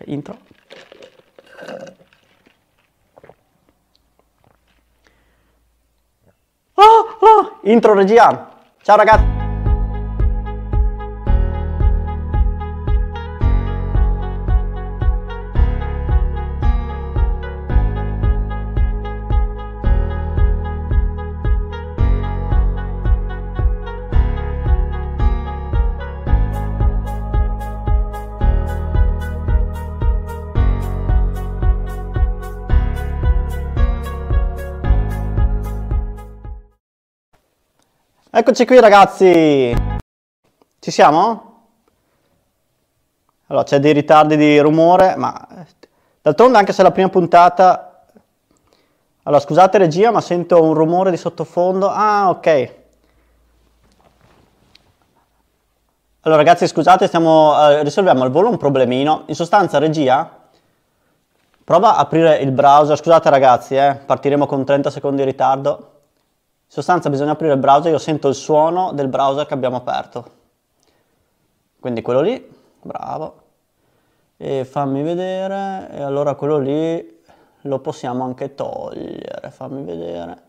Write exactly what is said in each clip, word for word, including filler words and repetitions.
intro. Oh, oh, intro regia. Ciao ragazzi. Eccoci qui ragazzi, ci siamo? Allora c'è dei ritardi di rumore, ma d'altronde anche se è la prima puntata... Allora scusate regia, ma sento un rumore di sottofondo. Ah, ok. Allora ragazzi scusate, stiamo, eh, risolviamo al volo un problemino. In sostanza regia, prova a aprire il browser. Scusate ragazzi, eh, partiremo con trenta secondi di ritardo. In sostanza bisogna aprire il browser, io sento il suono del browser che abbiamo aperto. Quindi quello lì, bravo. E fammi vedere, e allora quello lì lo possiamo anche togliere, fammi vedere.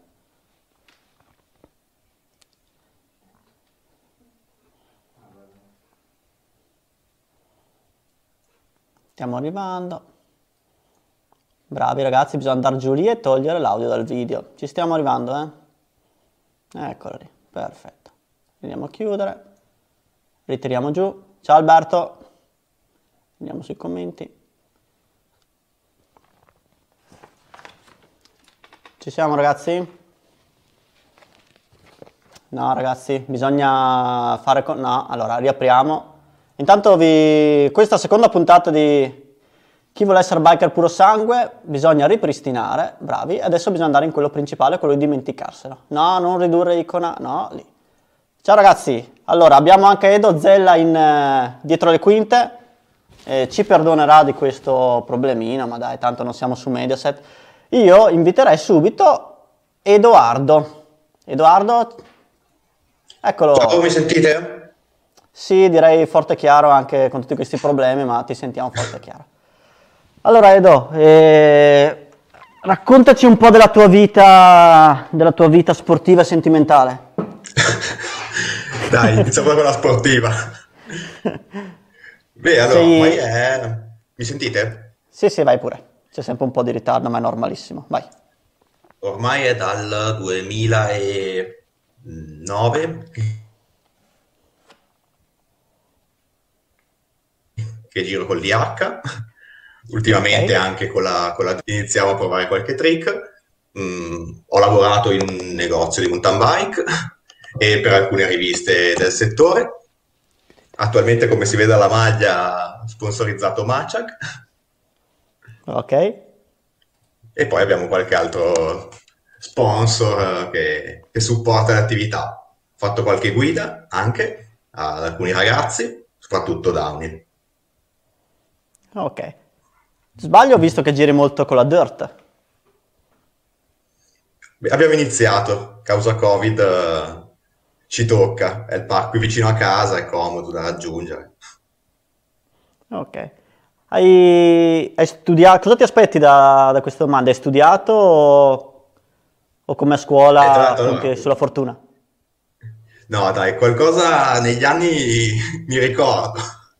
Stiamo arrivando. Bravi ragazzi, bisogna andare giù lì e togliere l'audio dal video. Ci stiamo arrivando, eh? Eccolo lì, perfetto. Andiamo a chiudere, ritiriamo giù. Ciao Alberto, andiamo sui commenti. Ci siamo ragazzi? No ragazzi, bisogna fare... Con... No, allora riapriamo. Intanto vi... questa seconda puntata di Chi vuole essere biker puro sangue, bisogna ripristinare, bravi, adesso bisogna andare in quello principale, quello di dimenticarselo. No, non ridurre icona, no, lì. Ciao ragazzi, allora abbiamo anche Edo Zella in, eh, dietro le quinte, eh, ci perdonerà di questo problemino, ma dai, tanto non siamo su Mediaset. Io inviterei subito Edoardo. Edoardo, eccolo. Ciao, mi sentite? Sì, direi forte e chiaro anche con tutti questi problemi, ma ti sentiamo forte e chiaro. Allora Edo, eh, raccontaci un po' della tua vita, della tua vita sportiva e sentimentale. Dai, iniziamo con la sportiva. Beh, allora, Sei... ormai è... Mi sentite? Sì, sì, vai pure. C'è sempre un po' di ritardo, ma è normalissimo. Vai. Ormai è dal duemilanove che giro col D H. Ultimamente Okay. anche con la, con la iniziamo a provare qualche trick. Mm, ho lavorato in un negozio di mountain bike e per alcune riviste del settore. Attualmente, come si vede dalla maglia, sponsorizzato Machak. Ok. E poi abbiamo qualche altro sponsor eh, che, che supporta l'attività. Ho fatto qualche guida anche ad alcuni ragazzi, soprattutto downhill. Ok. Sbaglio, ho visto che giri molto con la dirt. Beh, abbiamo iniziato, causa Covid, eh, ci tocca, è il parco qui vicino a casa, è comodo da raggiungere. Ok. Hai, hai studiato... Cosa ti aspetti da, da queste domande? Hai studiato o, o come a E tra scuola l'altro, punti allora, sulla fortuna? no, dai, qualcosa negli anni mi ricordo.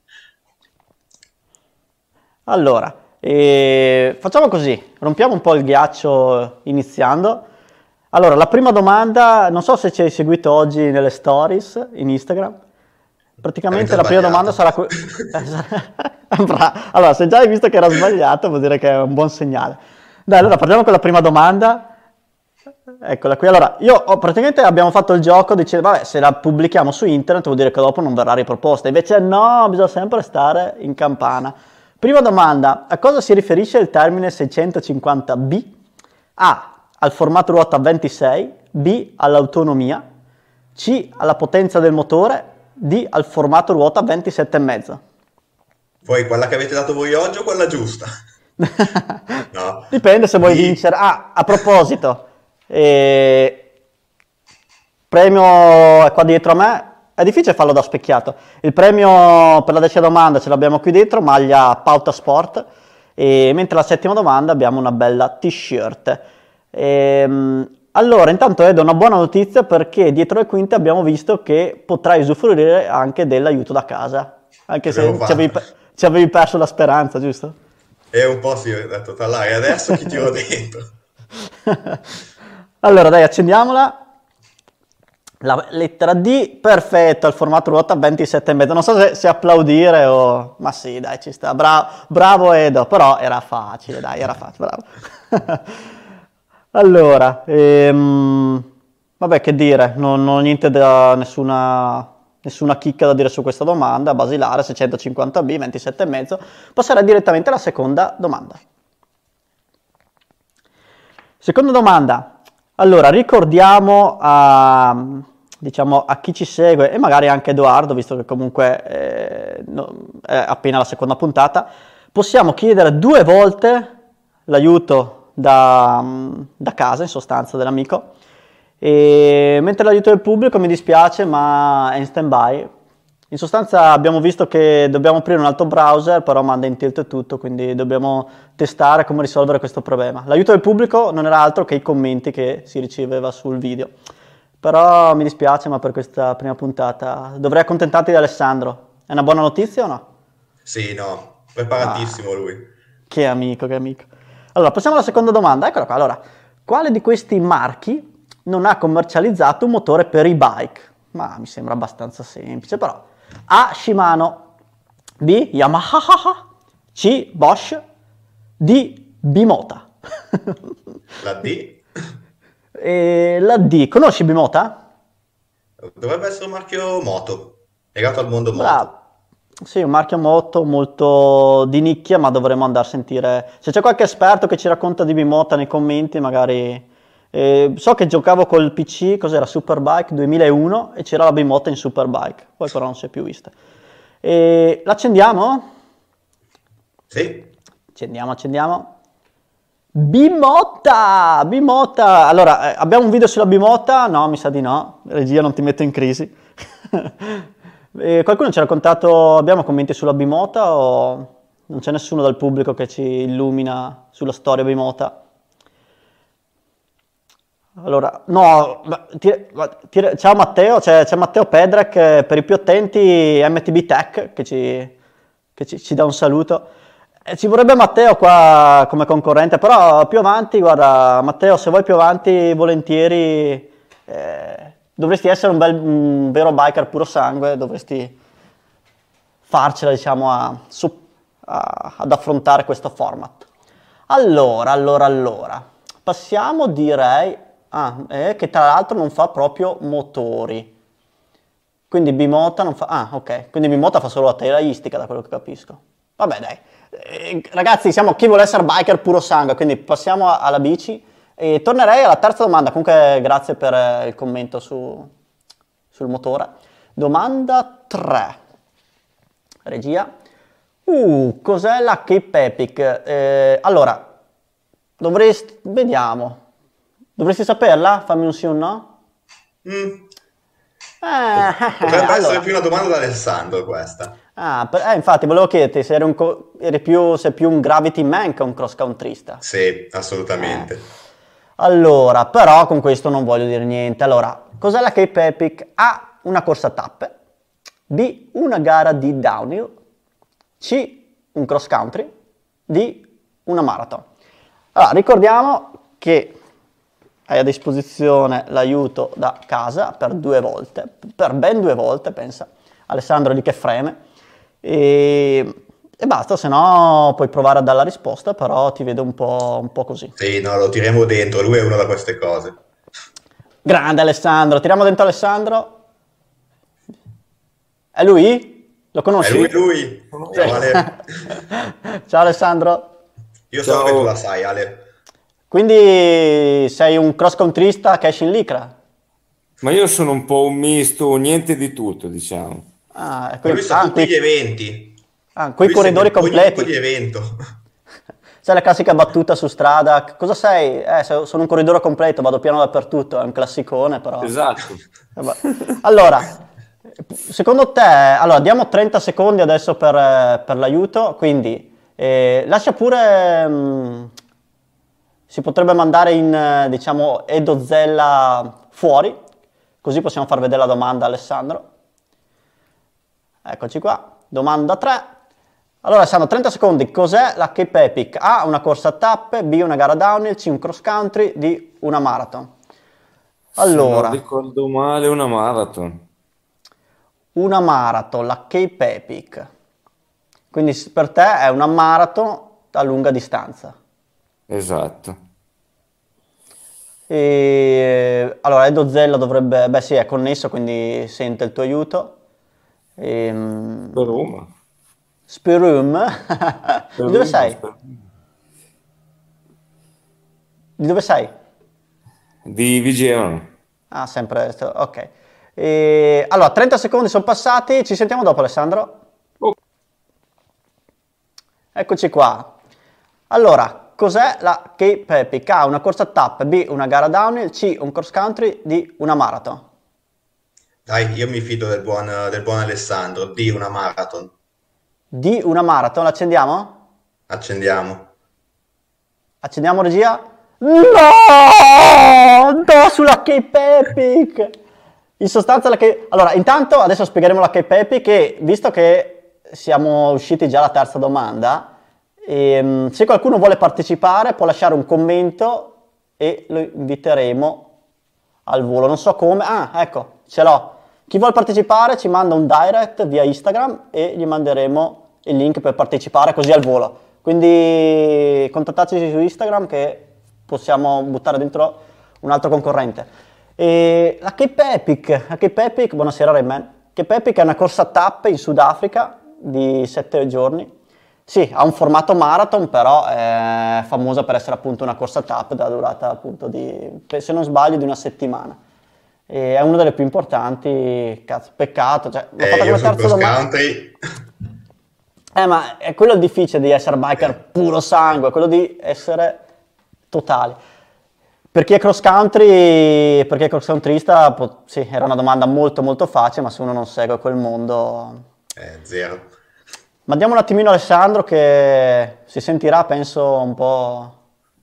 Allora, eh, facciamo così, rompiamo un po' il ghiaccio iniziando. Allora, la prima domanda, non so se ci hai seguito oggi nelle stories in Instagram, praticamente Avete la prima domanda sbagliato. sarà... que- Bra- Allora, se già hai visto che era sbagliato, vuol dire che è un buon segnale. Dai, allora partiamo con la prima domanda. Eccola qui. Allora, io ho, praticamente abbiamo fatto il gioco dicendo, vabbè, se la pubblichiamo su internet vuol dire che dopo non verrà riproposta. Invece no, bisogna sempre stare in campana. Prima domanda, a cosa si riferisce il termine seicentocinquanta B? A, al formato ruota ventisei, B, all'autonomia, C, alla potenza del motore, D, al formato ruota ventisette e mezzo. Poi quella che avete dato voi oggi o quella giusta? No, Dipende se vuoi B. vincere. Ah, a proposito, eh, premio è qua dietro a me, è difficile farlo da specchiato. Il premio per la decima domanda ce l'abbiamo qui dentro, maglia Pauta Sport, e mentre la settima domanda abbiamo una bella t-shirt. Ehm, allora, intanto Edo, una buona notizia, perché dietro le quinte abbiamo visto che potrai usufruire anche dell'aiuto da casa, anche se ci avevi, ci avevi perso la speranza, giusto? E un po' sì, ho detto, e adesso chi tiro dentro? Allora, dai, accendiamola. La lettera D, perfetta, il formato ruota ventisette e mezzo. Non so se, se applaudire o... Ma sì, dai, ci sta. Bravo, bravo Edo, però era facile, dai, era facile, bravo. Allora, ehm, vabbè, che dire, non ho niente da... nessuna... nessuna chicca da dire su questa domanda, basilare, seicentocinquanta B, ventisette e mezzo. Passerei direttamente alla seconda domanda. Seconda domanda. Allora, ricordiamo a, diciamo, a chi ci segue, e magari anche Edoardo, visto che comunque eh, no, è appena la seconda puntata, possiamo chiedere due volte l'aiuto da, da casa, in sostanza, dell'amico. E mentre l'aiuto del pubblico, mi dispiace, ma è in stand-by. In sostanza abbiamo visto che dobbiamo aprire un altro browser, però manda in tilt tutto, quindi dobbiamo testare come risolvere questo problema. L'aiuto del pubblico non era altro che i commenti che si riceveva sul video. Però mi dispiace, ma per questa prima puntata dovrei accontentarti di Alessandro. È una buona notizia o no? Sì, no, preparatissimo ah, lui. Che amico, che amico. Allora, passiamo alla seconda domanda. Eccola qua. Allora, quale di questi marchi non ha commercializzato un motore per e-bike? Ma mi sembra abbastanza semplice, però. A. Shimano. B. Yamaha. C. Bosch. D. Bimota. La D? E la D. Conosci Bimota? Dovrebbe essere un marchio moto, legato al mondo moto. Bravo. Sì, un marchio moto molto di nicchia, ma dovremmo andare a sentire... Se c'è qualche esperto che ci racconta di Bimota nei commenti, magari... Eh, so che giocavo col P C, cos'era, Superbike duemilauno, e c'era la Bimota in Superbike, poi però non si è più vista. E l'accendiamo? Sì. Accendiamo, accendiamo. Bimota! Bimota! Allora, eh, abbiamo un video sulla Bimota? No, mi sa di no. Regia, non ti metto in crisi. E qualcuno ci ha raccontato, abbiamo commenti sulla Bimota o non c'è nessuno dal pubblico che ci illumina sulla storia Bimota? Allora, no, ti, ti, ciao Matteo, c'è, c'è Matteo Pedrek, eh, per i più attenti M T B Tech che ci, che ci, ci dà un saluto. Eh, ci vorrebbe Matteo qua come concorrente, però più avanti, guarda Matteo, se vuoi più avanti volentieri, eh, dovresti essere un, bel, un vero biker puro sangue, dovresti farcela, diciamo, a, su, a, ad affrontare questo format. Allora, allora, allora, passiamo direi... Ah, eh, che tra l'altro non fa proprio motori. Quindi Bimota non fa... Ah, ok. Quindi Bimota fa solo la telaistica, da quello che capisco. Vabbè, dai. Eh, ragazzi, siamo chi vuole essere biker puro sangue, quindi passiamo a, alla bici. E tornerei alla terza domanda. Comunque, grazie per eh, il commento su, sul motore. Domanda tre. Regia. Uh, cos'è la Cape Epic? Eh, allora, dovresti... Vediamo. Dovresti saperla? Fammi un sì o un no? Mm. Eh, Potrebbe allora. essere più una domanda da Alessandro questa. Ah, per, eh, infatti volevo chiederti se eri, un co- eri più, sei più un gravity man che un cross countrysta. Sì, assolutamente. Eh. Allora, però con questo non voglio dire niente. Allora, cos'è la Cape Epic? A. Una corsa a tappe. B. Una gara di downhill. C. Un cross country. D. Una marathon. Allora, ricordiamo che hai a disposizione l'aiuto da casa per due volte, per ben due volte, pensa. Alessandro lì che freme. E, e basta, se no puoi provare a dare la risposta, però ti vedo un po', un po' così. Sì, no, lo tiriamo dentro, lui è uno da queste cose. Grande Alessandro, tiriamo dentro Alessandro. È lui? Lo conosci? È lui, lui. Ciao Ale. Ciao Alessandro. Io so Ciao. che tu la sai, Ale. Quindi sei un cross countrysta cash in licra? Ma io sono un po' un misto, niente di tutto, diciamo. Ah, Ma quindi, lui sa ah, tutti quei, gli eventi. ah, quei Lui corridori segue ogni completi. tipo di evento. Sai la classica battuta su strada, cosa sei? Eh, so- sono un corridore completo, vado piano dappertutto, è un classicone però. Esatto. Vabbè. Allora, Secondo te, allora diamo trenta secondi adesso per, eh, per l'aiuto, quindi eh, lascia pure, mh, si potrebbe mandare in, eh, diciamo, Edozella fuori, così possiamo far vedere la domanda a Alessandro. Eccoci qua, domanda tre. Allora Alessandro, trenta secondi, cos'è la Cape Epic? A, una corsa a tappe, B, una gara downhill, C, un cross country, D, una marathon. Allora, se non ricordo male, una marathon. una marathon, la Cape Epic. Quindi per te è una marathon a lunga distanza. Esatto. E, allora, Edo Zella dovrebbe, beh sì, è connesso, quindi sente il tuo aiuto. Ehm, Per Roma. Sperum, Per di dove Roma, sei? per- Di dove sei? Di Vigevano. Ah, sempre, ok. E, allora, trenta secondi sono passati, ci sentiamo dopo Alessandro. Oh, Eccoci qua. Allora, cos'è la Cape Epic? A, una corsa a tappe, B, una gara downhill, C, un cross country, D, una marathon. Dai, io mi fido del buon, del buon Alessandro, di una marathon. D, una marathon, l'accendiamo? Accendiamo. Accendiamo regia? No! No, sulla Cape Epic! In sostanza la Cape... Allora, intanto adesso spiegheremo la Cape Epic e visto che siamo usciti già alla terza domanda, ehm, se qualcuno vuole partecipare può lasciare un commento e lo inviteremo al volo. Non so come... Ah, ecco, ce l'ho. Chi vuole partecipare ci manda un direct via Instagram e gli manderemo il link per partecipare così al volo. Quindi contattateci su Instagram che possiamo buttare dentro un altro concorrente. E la Cape Epic, la Cape Epic, buonasera Rayman. Cape Epic è una corsa a tappe in Sudafrica di sette giorni. Sì, ha un formato marathon, però è famosa per essere appunto una corsa a tappe della durata appunto di, se non sbaglio, di una settimana. E è una delle più importanti, cazzo, peccato, cioè, l'ho Eh, fatta io come sul terza cross domanda. country, Eh, ma è quello il difficile di essere biker eh, puro sangue, quello di essere totali. Per chi è cross country, per chi è cross countryista, po- sì, era una domanda molto molto facile, ma se uno non segue quel mondo... eh, zero. Ma diamo un attimino a Alessandro che si sentirà, penso, un po'...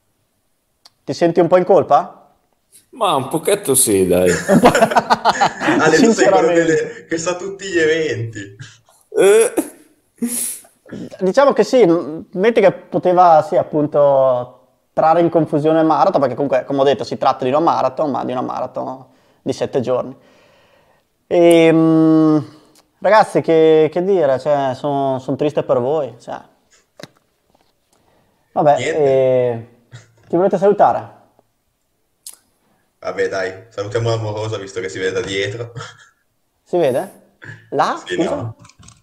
Ti senti un po' in colpa? ma un pochetto sì, dai. Un po'... Ale, tu sei quello Sinceramente. delle- che sa tutti gli eventi. Eh, Diciamo che sì, m- metti che poteva, sì, appunto, trarre in confusione il marathon, perché comunque, come ho detto, si tratta di una marathon, ma di una marathon di sette giorni. E, mh, ragazzi, che, che dire, cioè, sono triste per voi. Cioè. Vabbè, Niente. e... chi volete salutare? Vabbè, dai, salutiamo l'amorosa visto che si vede da dietro. Si vede? Là, Sì, scusa? no.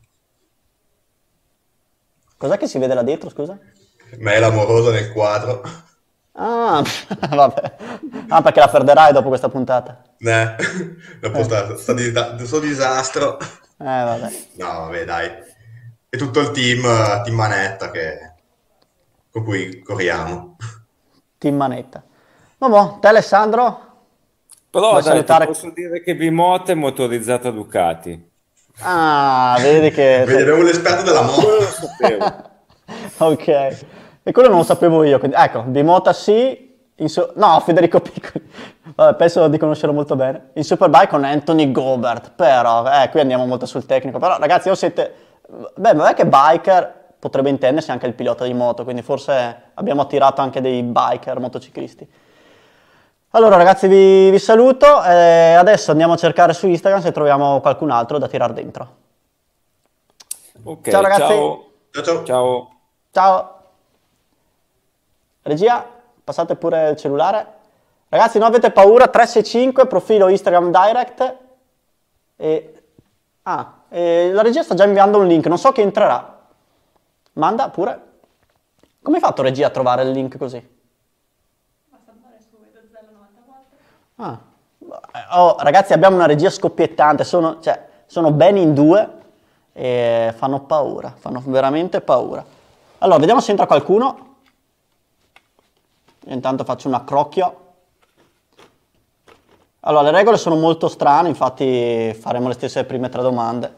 Cos'è che si vede là dietro, scusa? Ma è l'amorosa nel quadro. Ah, vabbè. Ah, perché la perderai dopo questa puntata. Eh, dopo Eh, sta, sta di- sto disastro. eh, vabbè. No, vabbè, dai. E tutto il team, eh, team Manetta che, con cui corriamo. Team manetta. Vabbè, te Alessandro? Però Vuoi dai, ti salutare? posso dire che Bimota è motorizzata Ducati. Ah, vedi che... Vedi, abbiamo l'esperto della Quello moto. lo sapevo. Ok. E quello non lo sapevo io, quindi... Ecco, Bimota sì, in su- no, Federico Piccoli. Vabbè, penso di conoscerlo molto bene. In Superbike con Anthony Gobert, però... Eh, qui andiamo molto sul tecnico. Però, ragazzi, o siete... Beh, ma è che biker potrebbe intendersi anche il pilota di moto, quindi forse abbiamo attirato anche dei biker motociclisti. Allora ragazzi vi, vi saluto e adesso andiamo a cercare su Instagram se troviamo qualcun altro da tirar dentro. Ok, Ciao ragazzi, ciao. Ciao, ciao. Ciao. ciao. Regia, passate pure il cellulare. Ragazzi non avete paura, tre sei cinque, profilo Instagram Direct. E... Ah, e la regia sta già inviando un link, non so chi entrerà. Manda pure. Come hai fatto regia a trovare il link così? Ah. Oh, ragazzi, abbiamo una regia scoppiettante, sono, cioè, sono ben in due e fanno paura, fanno veramente paura. Allora, vediamo se entra qualcuno. Io intanto faccio un accrocchio. Allora, le regole sono molto strane, infatti faremo le stesse prime tre domande.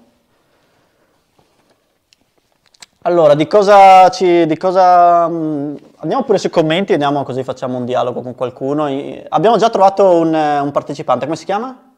Allora, di cosa ci... Di cosa, mh, andiamo pure sui commenti, andiamo così facciamo un dialogo con qualcuno. I- abbiamo già trovato un, eh, un partecipante, come si chiama?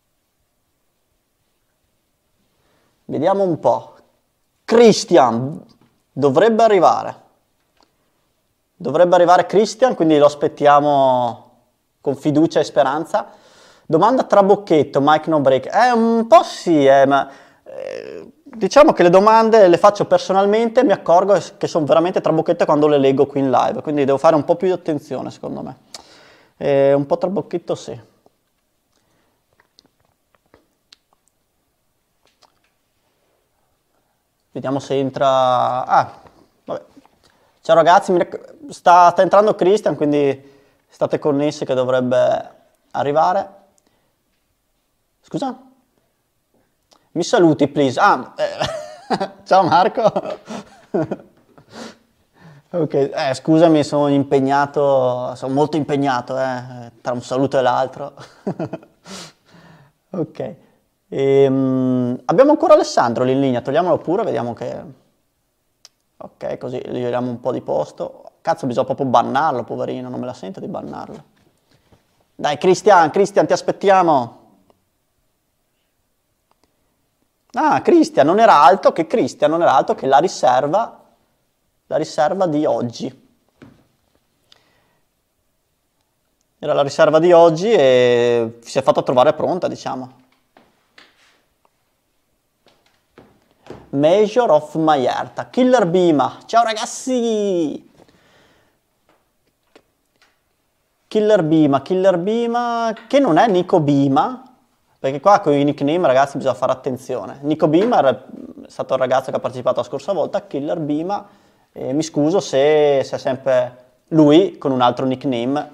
Vediamo un po'. Christian, dovrebbe arrivare. Dovrebbe arrivare Christian, quindi lo aspettiamo con fiducia e speranza. Domanda trabocchetto, Mike no break. Eh, un po' sì, eh, ma eh, diciamo che le domande le faccio personalmente e mi accorgo che sono veramente trabocchetto quando le leggo qui in live, quindi devo fare un po' più di attenzione secondo me. Eh, un po' trabocchetto sì. Vediamo se entra... Ah, vabbè. Ciao ragazzi, mi rac- sta, sta entrando Christian, quindi state connessi che dovrebbe arrivare. Scusa? Mi saluti, please. Ah, eh, ciao Marco. Ok, eh, scusami, sono impegnato, sono molto impegnato, eh, tra un saluto e l'altro. Ok. Ehm, abbiamo ancora Alessandro lì in linea, togliamolo pure, vediamo che... Ok, così gli diamo un po' di posto. Cazzo, bisogna proprio bannarlo, poverino, non me la sento di bannarlo. Dai, Cristian, Cristian, ti aspettiamo. Ah, Cristian, non era altro che Cristian, non era altro che la riserva, la riserva di oggi. Era la riserva di oggi e si è fatto trovare pronta, diciamo. Measure of my heart. Killer Bima. Ciao ragazzi! Killer Bima, Killer Bima, che non è Nico Bima, perché qua con i nickname ragazzi bisogna fare attenzione. Nico Bima è stato il ragazzo che ha partecipato la scorsa volta, Killer Bima, e mi scuso se, se è sempre lui con un altro nickname.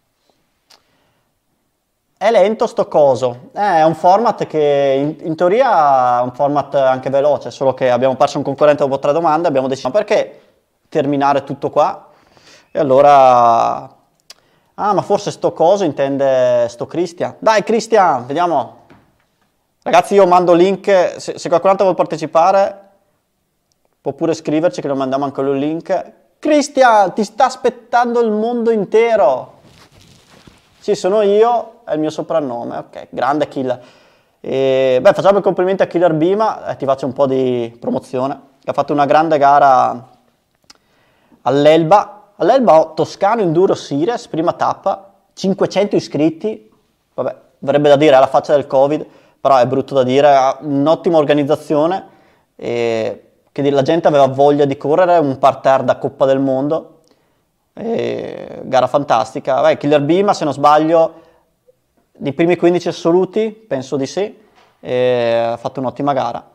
È lento sto coso, eh, è un format che in, in teoria è un format anche veloce, solo che abbiamo perso un concorrente dopo tre domande, abbiamo deciso, ma perché terminare tutto qua? E allora... Ah, ma forse sto coso intende sto Christian. Dai Christian, vediamo. Ragazzi, io mando link, se, se qualcun altro vuole partecipare, può pure scriverci che lo mandiamo anche lui il link. Christian, ti sta aspettando il mondo intero. Sì, sono io, è il mio soprannome, ok, grande killer. E, beh, facciamo i complimenti a Killer Bima, eh, ti faccio un po' di promozione, che ha fatto una grande gara all'Elba. All'Elba ho Toscano Enduro Series, prima tappa, cinquecento iscritti, vabbè, verrebbe da dire alla faccia del Covid, però è brutto da dire, ha un'ottima organizzazione, e che dire, la gente aveva voglia di correre, un parterre da Coppa del Mondo, e gara fantastica. Vabbè, Killer Bima, se non sbaglio, nei primi quindici assoluti, penso di sì, e ha fatto un'ottima gara.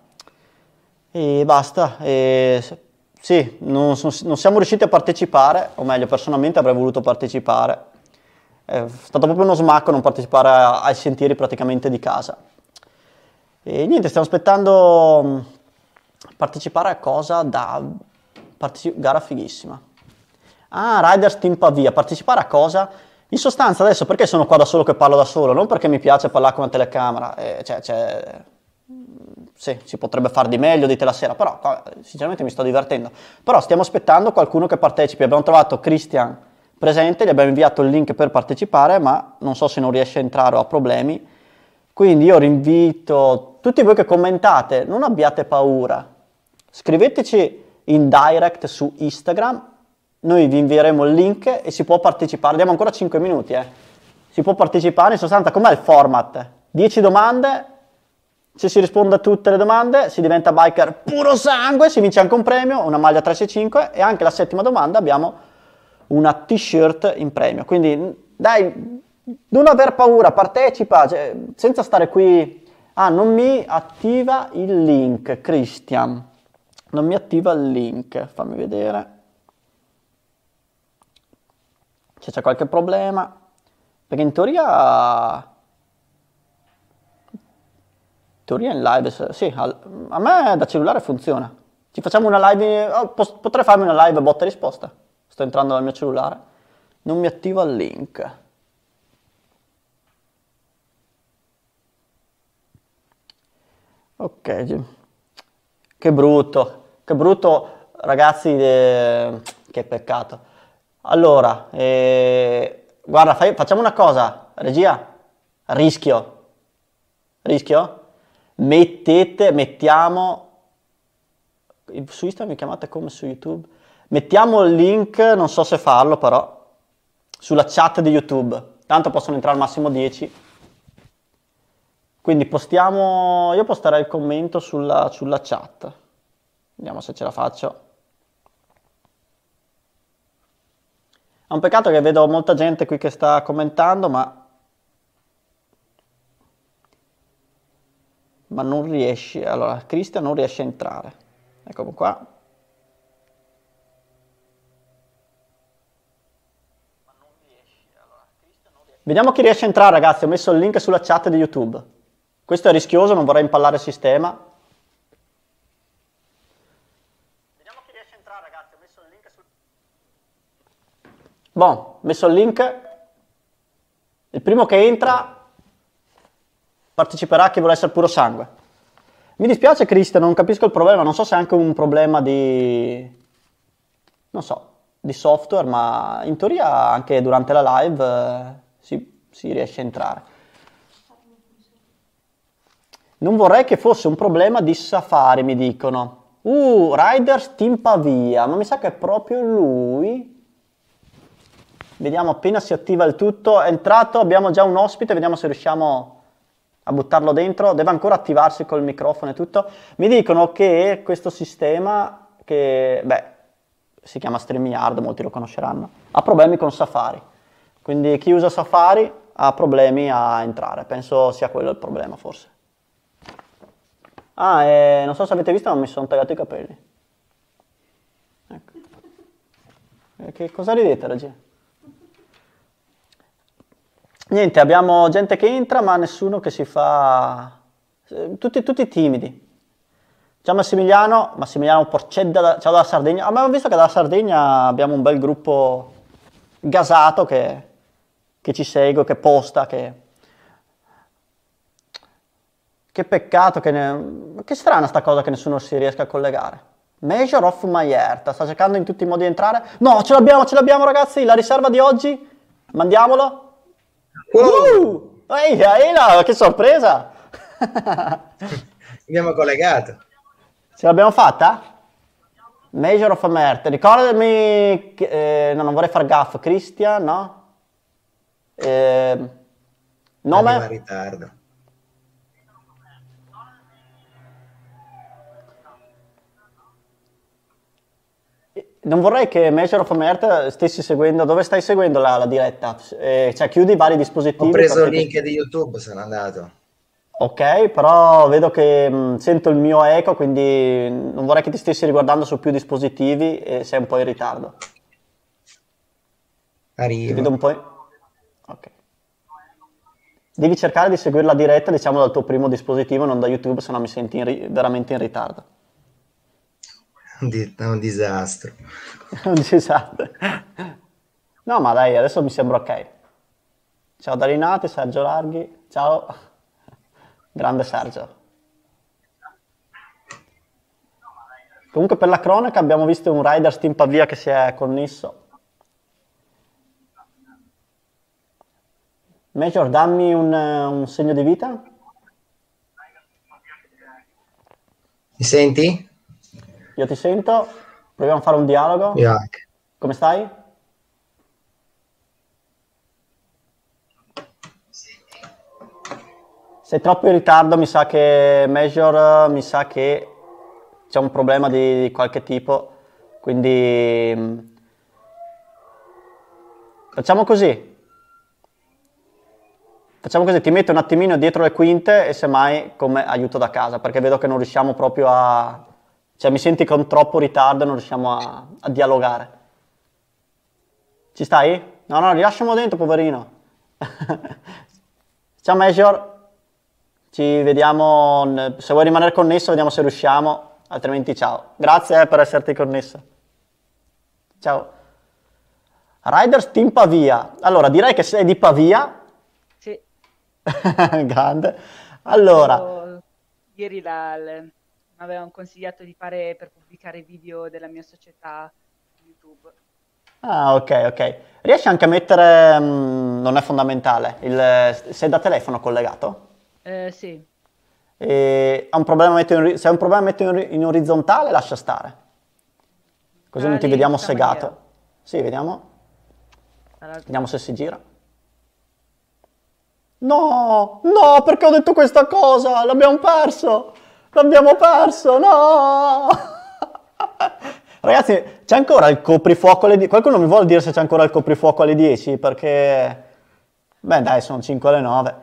E basta, e... Sì, non, non siamo riusciti a partecipare, o meglio, personalmente avrei voluto partecipare. È stato proprio uno smacco non partecipare a- ai sentieri praticamente di casa. E niente, stiamo aspettando mh, partecipare a cosa da... parteci- gara fighissima. Ah, Riders Team Pavia, partecipare a cosa? In sostanza adesso perché sono qua da solo che parlo da solo? Non perché mi piace parlare con una telecamera, eh, cioè, cioè, sì, si potrebbe fare di meglio di te la sera, però sinceramente mi sto divertendo. Però stiamo aspettando qualcuno che partecipi. Abbiamo trovato Christian presente, gli abbiamo inviato il link per partecipare, ma non so se non riesce a entrare o ha problemi. Quindi io rinvito tutti voi che commentate, non abbiate paura. Scriveteci in direct su Instagram, noi vi invieremo il link e si può partecipare. Diamo ancora cinque minuti, eh. Si può partecipare, in sostanza com'è il format? dieci domande. Se si risponde a tutte le domande si diventa biker puro sangue, si vince anche un premio, una maglia tre sei cinque e anche la settima domanda abbiamo una t-shirt in premio. Quindi dai, non aver paura, partecipa, cioè, senza stare qui. Ah, non mi attiva il link, Christian. Non mi attiva il link, fammi vedere. Se c'è qualche problema. Perché in teoria... teoria in live, sì, a me da cellulare funziona. Ci facciamo una live, oh, potrei farmi una live botta e risposta. Sto entrando dal mio cellulare, non mi attiva il link. Ok, gi- che brutto, che brutto, ragazzi, eh, che peccato. Allora, eh, guarda, fai- facciamo una cosa, regia, rischio, rischio, mettete, mettiamo, su Instagram mi chiamate come su YouTube, mettiamo il link, non so se farlo però, sulla chat di YouTube, tanto possono entrare al massimo dieci. Quindi postiamo, io posterei il commento sulla, sulla chat. Vediamo se ce la faccio. È un peccato che vedo molta gente qui che sta commentando, ma, ma non riesce. Allora, Cristian non riesce a entrare. Eccomo qua. Vediamo chi riesce a entrare, ragazzi. Ho messo il link sulla chat di YouTube. Questo è rischioso, non vorrei impallare il sistema. Vediamo chi riesce a entrare, ragazzi. Ho messo il link sul... Bon, ho messo il link. Il primo che entra parteciperà a chi vuole essere puro sangue. Mi dispiace, Cristian, non capisco il problema. Non so se è anche un problema di... non so, di software, ma in teoria anche durante la live eh, si, si riesce a entrare. Non vorrei che fosse un problema di Safari, mi dicono. Uh, Riders Team Pavia, ma mi sa che è proprio lui. Vediamo appena si attiva il tutto. È entrato, abbiamo già un ospite, vediamo se riusciamo a buttarlo dentro. Deve ancora attivarsi col microfono e tutto. Mi dicono che questo sistema, che beh, si chiama StreamYard, molti lo conosceranno, ha problemi con Safari. Quindi chi usa Safari ha problemi a entrare. Penso sia quello il problema, forse. Ah, e non so se avete visto, ma mi sono tagliato i capelli. Ecco. E che cosa ridete, regia? Niente, abbiamo gente che entra, ma nessuno che si fa... Tutti, tutti timidi. Ciao Massimiliano, Massimiliano Porcedda, da- ciao dalla Sardegna. Abbiamo visto che dalla Sardegna abbiamo un bel gruppo gasato che, che ci segue, che posta, che... Che peccato che ne... Che strana sta cosa che nessuno si riesca a collegare. Measure of my heart. Sta cercando in tutti i modi di entrare. No, ce l'abbiamo, ce l'abbiamo ragazzi. La riserva di oggi. Mandiamolo. Wow! Uh! Ehi, ehi là, che sorpresa. Abbiamo collegato. Ce l'abbiamo fatta? Measure of my heart. Ricordami... che- eh, no, non vorrei far gaff. Christian, no? Eh, Arriva in nome? ritardo. Non vorrei che Measure of Earth stessi seguendo, dove stai seguendo la, la diretta? Eh, cioè chiudi i vari dispositivi. Ho preso il perché link ti- di YouTube, sono andato. Ok, però vedo che mh, sento il mio eco, quindi non vorrei che ti stessi riguardando su più dispositivi e sei un po' in ritardo. Ti vedo un Arrivo. po' in... Ok. Devi cercare di seguire la diretta, diciamo, dal tuo primo dispositivo, non da YouTube, se no mi senti in ri- veramente in ritardo. Un di- È un disastro. Un disastro. No, ma dai, adesso mi sembra ok. Ciao Darinati, Sergio Larghi, ciao. Grande Sergio. Comunque per la cronaca abbiamo visto un Riders Team Pavia che si è connesso. Major, dammi un, eh, un segno di vita. Mi senti? Io ti sento. Proviamo a fare un dialogo. Io anche. Come stai? Sei troppo in ritardo, mi sa che Major, mi sa che c'è un problema di, di qualche tipo, quindi mh, facciamo così. Facciamo così, ti metto un attimino dietro le quinte e semmai come aiuto da casa, perché vedo che non riusciamo proprio a... Cioè mi senti con troppo ritardo e non riusciamo a, a dialogare. Ci stai? No, no, rilasciamo dentro, poverino. Ciao Major. Ci vediamo, se vuoi rimanere connesso, vediamo se riusciamo, altrimenti ciao. Grazie eh, per esserti connesso. Ciao. Riders Team Pavia. Allora, direi che sei di Pavia. Sì, Grande. Allora, io, ieri la- l- mi avevano consigliato di fare per pubblicare video della mia società su YouTube. Ah, ok, ok. Riesci anche a mettere, mm, non è fondamentale, il, sei da telefono collegato? Eh, sì, E ha un problema, metto in ori- se hai un problema metto in, ori- in orizzontale, lascia stare. Così non ah, ti lì in vediamo questa maniera, segato. Sì, vediamo. dall'altro Vediamo se lato. si gira. No, no, perché ho detto questa cosa? L'abbiamo perso! L'abbiamo perso, no! Ragazzi, c'è ancora il coprifuoco alle dieci? Qualcuno mi vuole dire se c'è ancora il coprifuoco alle dieci? Perché... Beh, dai, sono cinque alle nove.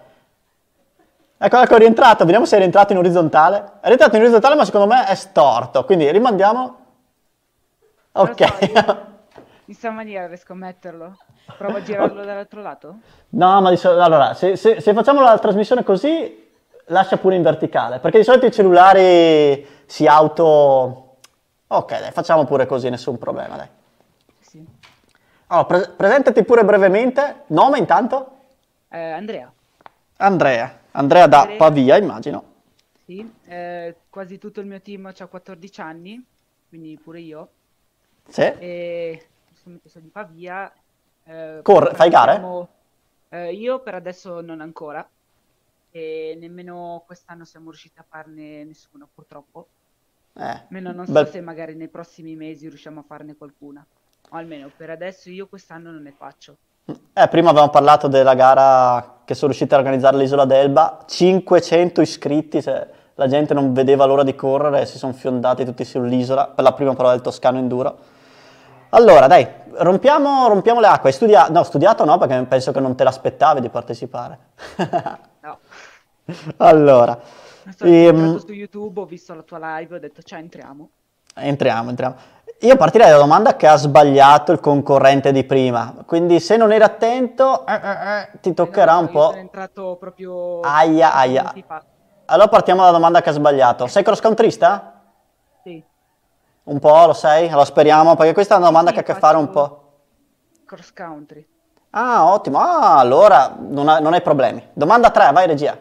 Ecco, ecco, è rientrato. Vediamo se è rientrato in orizzontale. È rientrato in orizzontale, ma secondo me è storto. Quindi rimandiamo. Non lo so, io Ok. in questa maniera riesco a metterlo. Provo a girarlo dall'altro lato. No, ma di solito, allora, se, se- se facciamo la trasmissione così, lascia pure in verticale, perché di solito i cellulari si auto... Ok, dai, facciamo pure così, nessun problema, dai. Sì. Allora, pre- presentati pure brevemente, nome intanto? Eh, Andrea, Andrea. Andrea da Andrea, Pavia, immagino. sì, eh, quasi tutto il mio team ha quattordici anni, quindi pure io. Sì. E giustamente sono di Pavia. eh, Corre, fai gare? pratichiamo, eh, io per adesso non ancora, e nemmeno quest'anno siamo riusciti a farne nessuno, purtroppo. Eh, Almeno non so bel... se magari nei prossimi mesi riusciamo a farne qualcuna. O almeno per adesso io quest'anno non ne faccio. Eh, prima avevamo parlato della gara che sono riusciti a organizzare all'Isola d'Elba, cinquecento iscritti, se la gente non vedeva l'ora di correre e si sono fiondati tutti sull'isola per la prima prova del Toscano Enduro. Allora, dai, rompiamo, rompiamo le acque. Hai studiato? No, studiato no, perché penso che non te l'aspettavi di partecipare. No, Allora, non so, sono entrato ehm, su YouTube, ho visto la tua live, ho detto ciao, entriamo. entriamo, entriamo. Io partirei dalla domanda che ha sbagliato il concorrente di prima, quindi se non eri attento, eh, eh, eh, ti Eh no, toccherà no, un io sono po'. entrato proprio Aia, pochi aia. minuti fa. Allora partiamo dalla domanda che ha sbagliato. Sei cross countrysta? Sì, Un po', lo sei? Allora speriamo, perché questa è una sì, domanda che ha sì, a che fare un faccio po'. cross country. Ah, ottimo. Ah, allora non, ha- non hai problemi. Domanda tre, vai regia.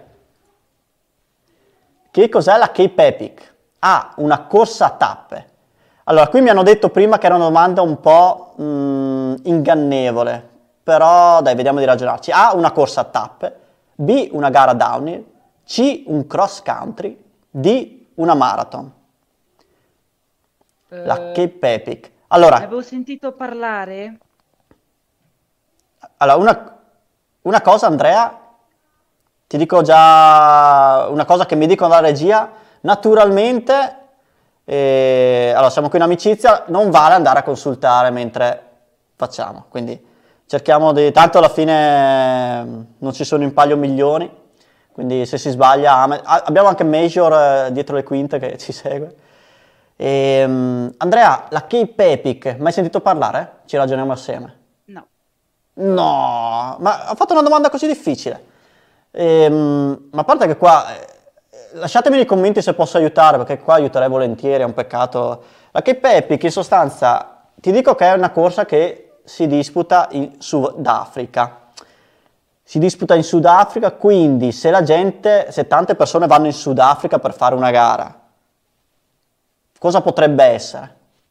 Che cos'è la Cape Epic? A, una corsa a tappe. Allora, qui mi hanno detto prima che era una domanda un po' mm, ingannevole, però dai, vediamo di ragionarci. A, una corsa a tappe. B, una gara downhill. C, un cross country. D, una marathon. La Eh, Cape Epic. ne Allora, avevo sentito parlare. allora una, una cosa, Andrea, ti dico già una cosa che mi dicono dalla regia. Naturalmente, eh, allora siamo qui in amicizia, non vale andare a consultare mentre facciamo. Quindi cerchiamo di... Tanto alla fine mm, non ci sono in palio milioni, quindi se si sbaglia... ame- ah, Abbiamo anche Major eh, dietro le quinte che ci segue. Ehm, Andrea, la Cape Epic, mai sentito parlare? Ci ragioniamo assieme. No, No, ma ha fatto una domanda così difficile. Ehm, ma a parte che qua, eh, lasciatemi nei commenti se posso aiutare, perché qua aiuterei volentieri, è un peccato. La Cape Epic in sostanza, ti dico che è una corsa che si disputa in Sudafrica. Si disputa in Sudafrica, quindi se la gente, se tante persone vanno in Sudafrica per fare una gara, cosa potrebbe essere?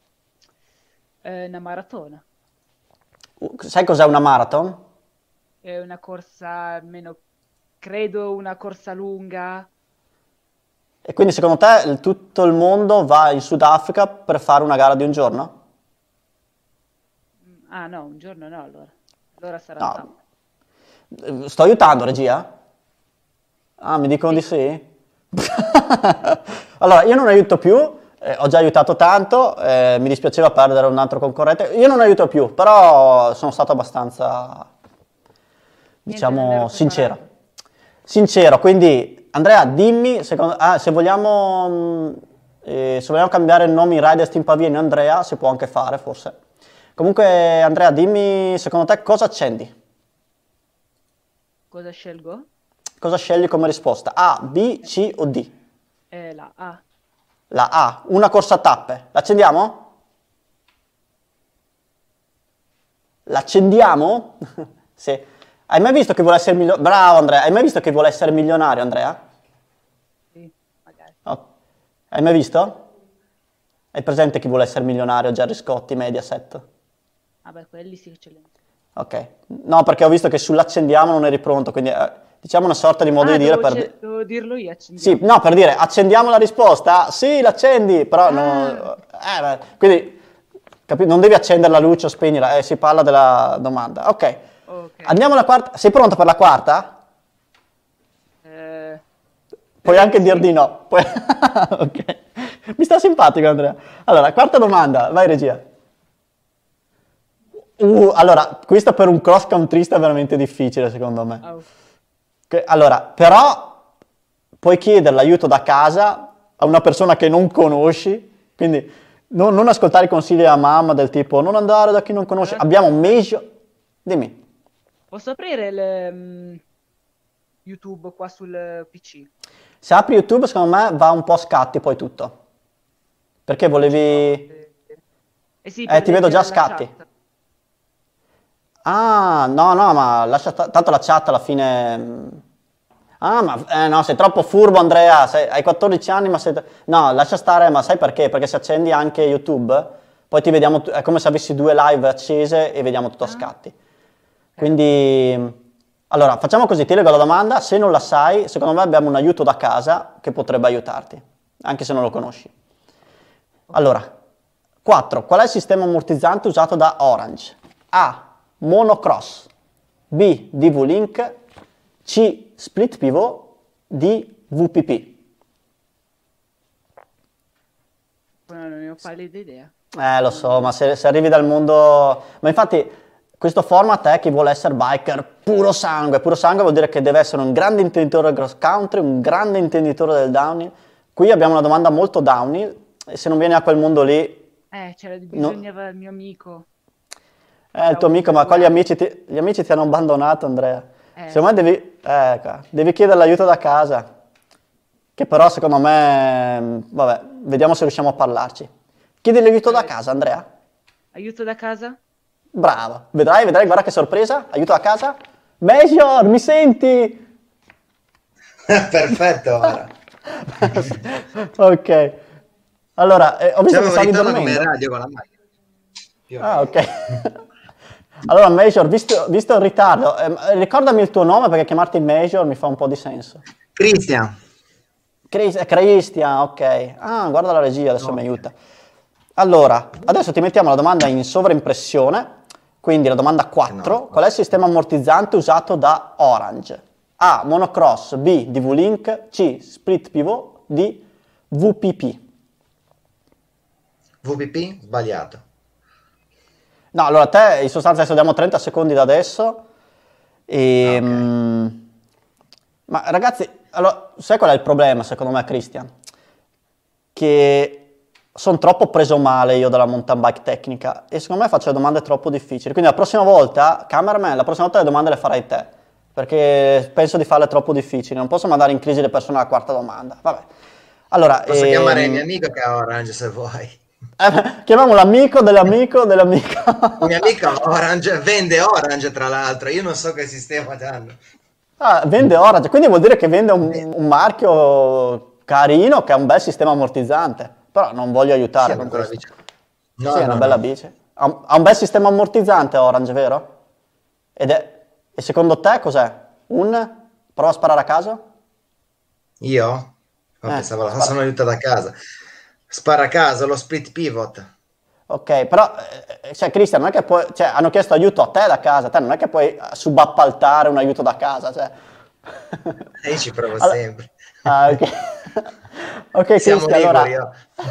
è una maratona. Uh, Sai cos'è una marathon? È una corsa, almeno credo una corsa lunga. E quindi secondo te il- tutto il mondo va in Sudafrica per fare una gara di un giorno? Mm, Ah no, un giorno no allora. Allora sarà No. tappa. Eh, Sto aiutando, regia? Ah, mi dicono di Sì, sì? Allora, io non aiuto più, eh, ho già aiutato tanto, eh, mi dispiaceva perdere un altro concorrente. Io non aiuto più, però sono stato abbastanza, niente, non diciamo, ero sincero. preparato. Sincero, quindi Andrea, dimmi, secondo- ah, se vogliamo, mh, eh, se vogliamo cambiare il nome in Riders Team Pavia in Andrea, si può anche fare, forse. Comunque, Andrea, dimmi, secondo te cosa accendi? Cosa scelgo? Cosa scegli come risposta? A, B, C o D? È la A. La A, una corsa a tappe. L'accendiamo? L'accendiamo? Sì. Hai mai visto che vuole essere milionario? Bravo Andrea, hai mai visto che vuole essere milionario, Andrea? Sì, magari. Oh. Hai mai visto? Hai presente Chi vuole essere milionario? Gerry Scotti, Mediaset. Vabbè, quelli sì che ce li ho. Ok. No, perché ho visto che sull'accendiamo non eri pronto, quindi eh, diciamo una sorta di modo Ah, di dire devo, per... ce- di- devo dirlo io, Sì, accendiamo. no, per dire accendiamo la risposta. Sì, l'accendi, però no, Ah, eh, beh, quindi capi- non devi accendere la luce o spegnerla, eh, si parla della domanda. Ok. ok. Andiamo alla quarta. Sei pronto per la quarta? Eh, Puoi spero di anche dir sì. di no. Puoi- Ok. Mi sta simpatico, Andrea. Allora, quarta domanda, vai regia. Uh, allora, questo per un cross countrysta è veramente difficile, secondo me. Au. Che- allora, però puoi chiedere l'aiuto da casa a una persona che non conosci, quindi non, non ascoltare i consigli della mamma del tipo non andare da chi non conosci. Allora, Abbiamo un meglio... Dimmi. posso aprire il, mm, YouTube qua sul P C? Se apri YouTube, secondo me va un po' a scatti poi tutto. Perché Non ce l'ho. volevi... Eh, eh sì, Eh, per ti vedo già a leggere la scatti. chat. Ah, no, no, ma lascia sta- tanto la chat alla fine... mm. Ah, ma eh, no, sei troppo furbo, Andrea, sei- hai quattordici anni, ma sei... No, lascia stare, ma sai perché? Perché se accendi anche YouTube, poi ti vediamo, tu- è come se avessi due live accese e vediamo tutto a Ah, scatti. ok. Quindi, allora, facciamo così, ti leggo la domanda, se non la sai, secondo me abbiamo un aiuto da casa che potrebbe aiutarti, anche se non lo conosci. Ok. Allora, quattro. Qual è il sistema ammortizzante usato da Orange? A. Monocross. B. D V-Link. C. Split Pivot. D. V P P. Non ne ho pallida idea. Eh, lo so, ma Non... se, se arrivi dal mondo... Ma infatti questo format è chi vuole essere biker puro sangue. Puro sangue vuol dire che deve essere un grande intenditore del cross country, un grande intenditore del downhill. Qui abbiamo una domanda molto downhill e se non vieni a quel mondo lì... Eh, c'era no- bisognava il mio amico Eh, il tuo amico, downhill ma qua gli due. amici ti, gli amici ti hanno abbandonato, Andrea. Eh Secondo me sì. devi, eh, qua, devi chiedere l'aiuto da casa, che però secondo me, mh, vabbè, vediamo se riusciamo a parlarci. Chiedi l'aiuto da Eh, casa, Andrea. aiuto da casa? Brava, vedrai, vedrai, guarda che sorpresa, aiuto da casa. Major, mi senti? Perfetto, ora. Ok, allora, eh, ho visto che C'avevo stavi ritorno come dormendo. radio con la macchina. Più o Ah, meno. ok. Allora, Major, visto, visto il ritardo, ehm, ricordami il tuo nome perché chiamarti Major mi fa un po' di senso. Cristian. Chris- eh, Christian, ok. Ah, guarda la regia, adesso mi Ok. aiuta. Allora, adesso ti mettiamo la domanda in sovraimpressione, quindi la domanda Che quattro. no. Qual è il sistema ammortizzante usato da Orange? A. Monocross. B. D V-Link. C. Split Pivot. D. V P P. V P P? Sbagliato. No, allora a te in sostanza adesso diamo trenta secondi da adesso. Ah, E, ok. mm, ma ragazzi, allora, sai qual è il problema secondo me, Christian? Che sono troppo preso male io dalla mountain bike tecnica e secondo me faccio le domande troppo difficili. Quindi la prossima volta, cameraman, la prossima volta le domande le farai te, perché penso di farle troppo difficili. Non posso mandare in crisi le persone alla quarta domanda. Vabbè. Allora, Posso chiamare il mio ehm, amico che ha Orange se vuoi. eh, chiamiamo l'amico dell'amico dell'amico. Un mio amico ha Orange, vende Orange tra l'altro. Io non so che sistema hanno. Ah, vende Orange, quindi vuol dire che vende Sì, un, un marchio carino che ha un bel sistema ammortizzante, però non voglio sì, aiutare hanno con quella questo. bici. Sì, No, è una no, bella no. bici. Ha un, ha un bel sistema ammortizzante Orange, vero? Ed è, e secondo te cos'è? Un? Prova a sparare a caso? Io? Ma Eh, pensavo la spara. sono aiuto da casa. Spara a caso, lo split pivot. Ok, però, eh, cioè, Cristian, non è che puoi, cioè, hanno chiesto aiuto a te da casa, te non è che puoi eh, subappaltare un aiuto da casa, cioè. E io ci provo Allora- sempre. ah, ok. Ok, Siamo Cristian, liguri, allora. io.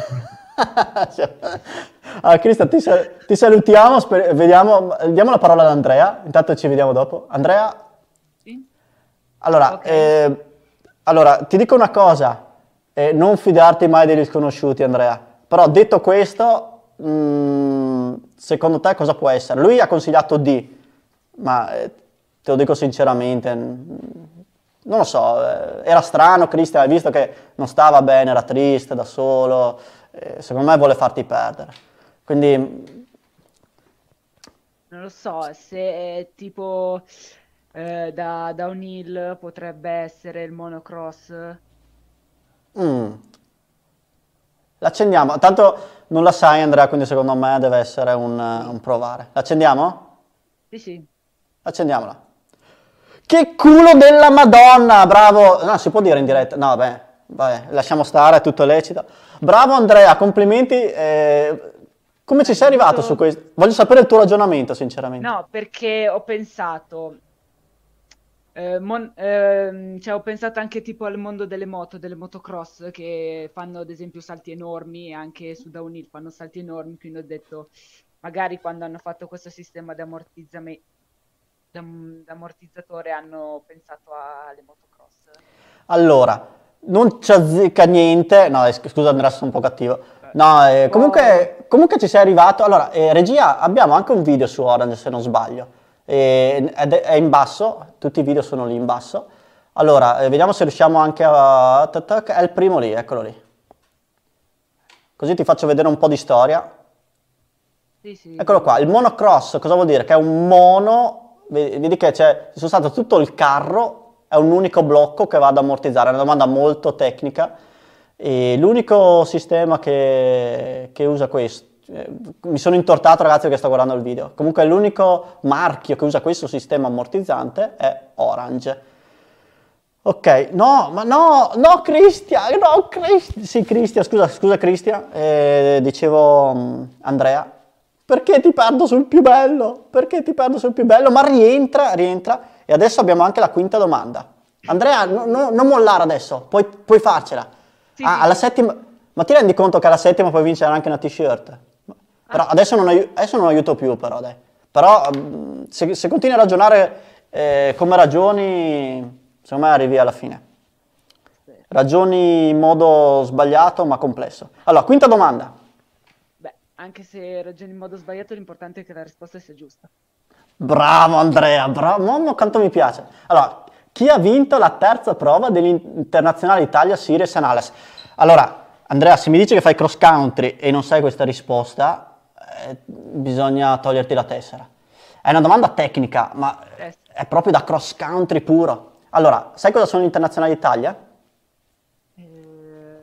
Allora, Cristian, ti, sal- ti salutiamo, sper- vediamo, diamo la parola ad Andrea, intanto ci vediamo dopo. Andrea, Sì? allora, Ok. eh, allora, ti dico una cosa, eh, non fidarti mai degli sconosciuti, Andrea. Però detto questo, mh, secondo te cosa può essere? Lui ha consigliato D, ma eh, te lo dico sinceramente, mh, non lo so, eh, era strano, Cristian, hai visto che non stava bene, era triste, da solo, eh, secondo me vuole farti perdere. Quindi, Non lo so, se è tipo eh, da downhill potrebbe essere il monocross. Mm. L'accendiamo. Tanto non la sai, Andrea, quindi secondo me deve essere un, un provare. L'accendiamo? Sì, sì. Accendiamola. Che culo della Madonna, bravo. No, si può dire in diretta. No, vabbè, vabbè, lasciamo stare, è tutto lecito. Bravo Andrea, complimenti. eh, come ci sei arrivato su questo? Voglio sapere il tuo ragionamento, sinceramente. No, perché ho pensato, eh, mon- ehm, cioè ho pensato anche tipo al mondo delle moto, delle motocross che fanno ad esempio salti enormi, e anche su downhill fanno salti enormi, quindi ho detto, magari quando hanno fatto questo sistema di ammortizzame- di am- di ammortizzatore hanno pensato alle motocross. Allora, non ci azzecca niente. No, eh, sc- scusa Andrea, sono un po' cattivo. Eh, No, eh, un po'- comunque, comunque ci sei arrivato. Allora, eh, regia, abbiamo anche un video su Orange, se non sbaglio. Eh, ed è, è in basso, tutti i video sono lì in basso. Allora, eh, vediamo se riusciamo anche a... tac, tac, è il primo lì, eccolo lì. Così ti faccio vedere un po' di storia. Sì, sì. Eccolo qua, il monocross, cosa vuol dire? Che è un mono, vedi vedi che c'è sostanza tutto il carro, è un unico blocco che va ad ammortizzare, è una domanda molto tecnica. E l'unico sistema che, che usa questo, eh, mi sono intortato ragazzi perché sto guardando il video, comunque l'unico marchio che usa questo sistema ammortizzante è Orange. Ok, no, ma no, no Cristian, no Cristian, sì Cristian, scusa, scusa Cristian, eh, dicevo mh, Andrea, perché ti perdo sul più bello? Perché ti perdo sul più bello? Ma rientra, rientra, e adesso abbiamo anche la quinta domanda. Andrea, no- no- non mollare adesso, puoi, puoi farcela. Sì, Ah, sì. alla settima, ma ti rendi conto che alla settima puoi vincere anche una t-shirt? Però Ah. adesso non, ai- adesso non aiuto più, però dai. Però mh, se, se continui a ragionare eh, come ragioni, secondo me arrivi alla fine. Ragioni in modo sbagliato ma complesso. Allora, quinta domanda. Beh, anche se ragioni in modo sbagliato, l'importante è che la risposta sia giusta. Bravo Andrea, bravo, mamma quanto mi piace. Allora, chi ha vinto la terza prova dell'Internazionale Italia Series Anales? Allora, Andrea, se mi dici che fai cross country e non sai questa risposta, eh, bisogna toglierti la tessera. È una domanda tecnica, ma Eh, sì. è proprio da cross country puro. Allora, sai cosa sono l'Internazionale Italia? Eh,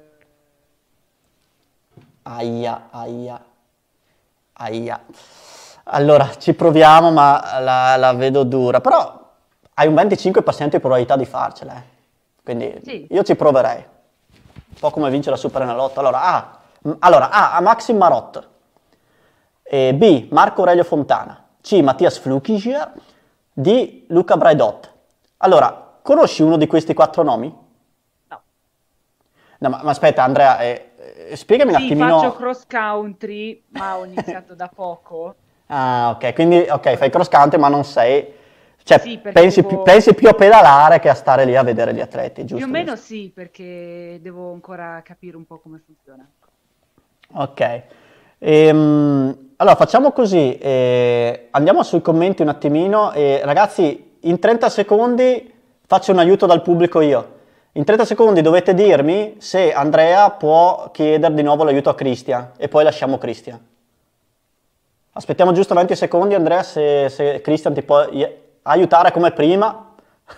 Aia, aia, aia. Allora, ci proviamo, ma la, la vedo dura. Però hai un venticinque per cento di probabilità di farcela, eh. Quindi Sì. io ci proverei. Un po' come vincere la Super Enalotto. Allora, A, m- allora, A, a Maxim Marot. E B, Marco Aurelio Fontana. C, Mattias Flukiger. D, Luca Braidot. Allora, conosci uno di questi quattro nomi? no. No, ma, ma aspetta, Andrea, eh, eh, spiegami un Sì, attimino. faccio cross country, ma ho iniziato da poco. Ah, ok, quindi ok, fai cross country, ma non sei. Cioè, Sì, perché pensi, devo- più, pensi più a pedalare che a stare lì a vedere gli atleti, giusto? Più o meno giusto? sì, perché devo ancora capire un po' come funziona. Ok. Ehm, allora facciamo così, eh, andiamo sui commenti un attimino e ragazzi in trenta secondi faccio un aiuto dal pubblico io. In trenta secondi dovete dirmi se Andrea può chiedere di nuovo l'aiuto a Cristian e poi lasciamo Cristian. Aspettiamo giusto venti secondi Andrea se, se Cristian ti può i- aiutare come prima.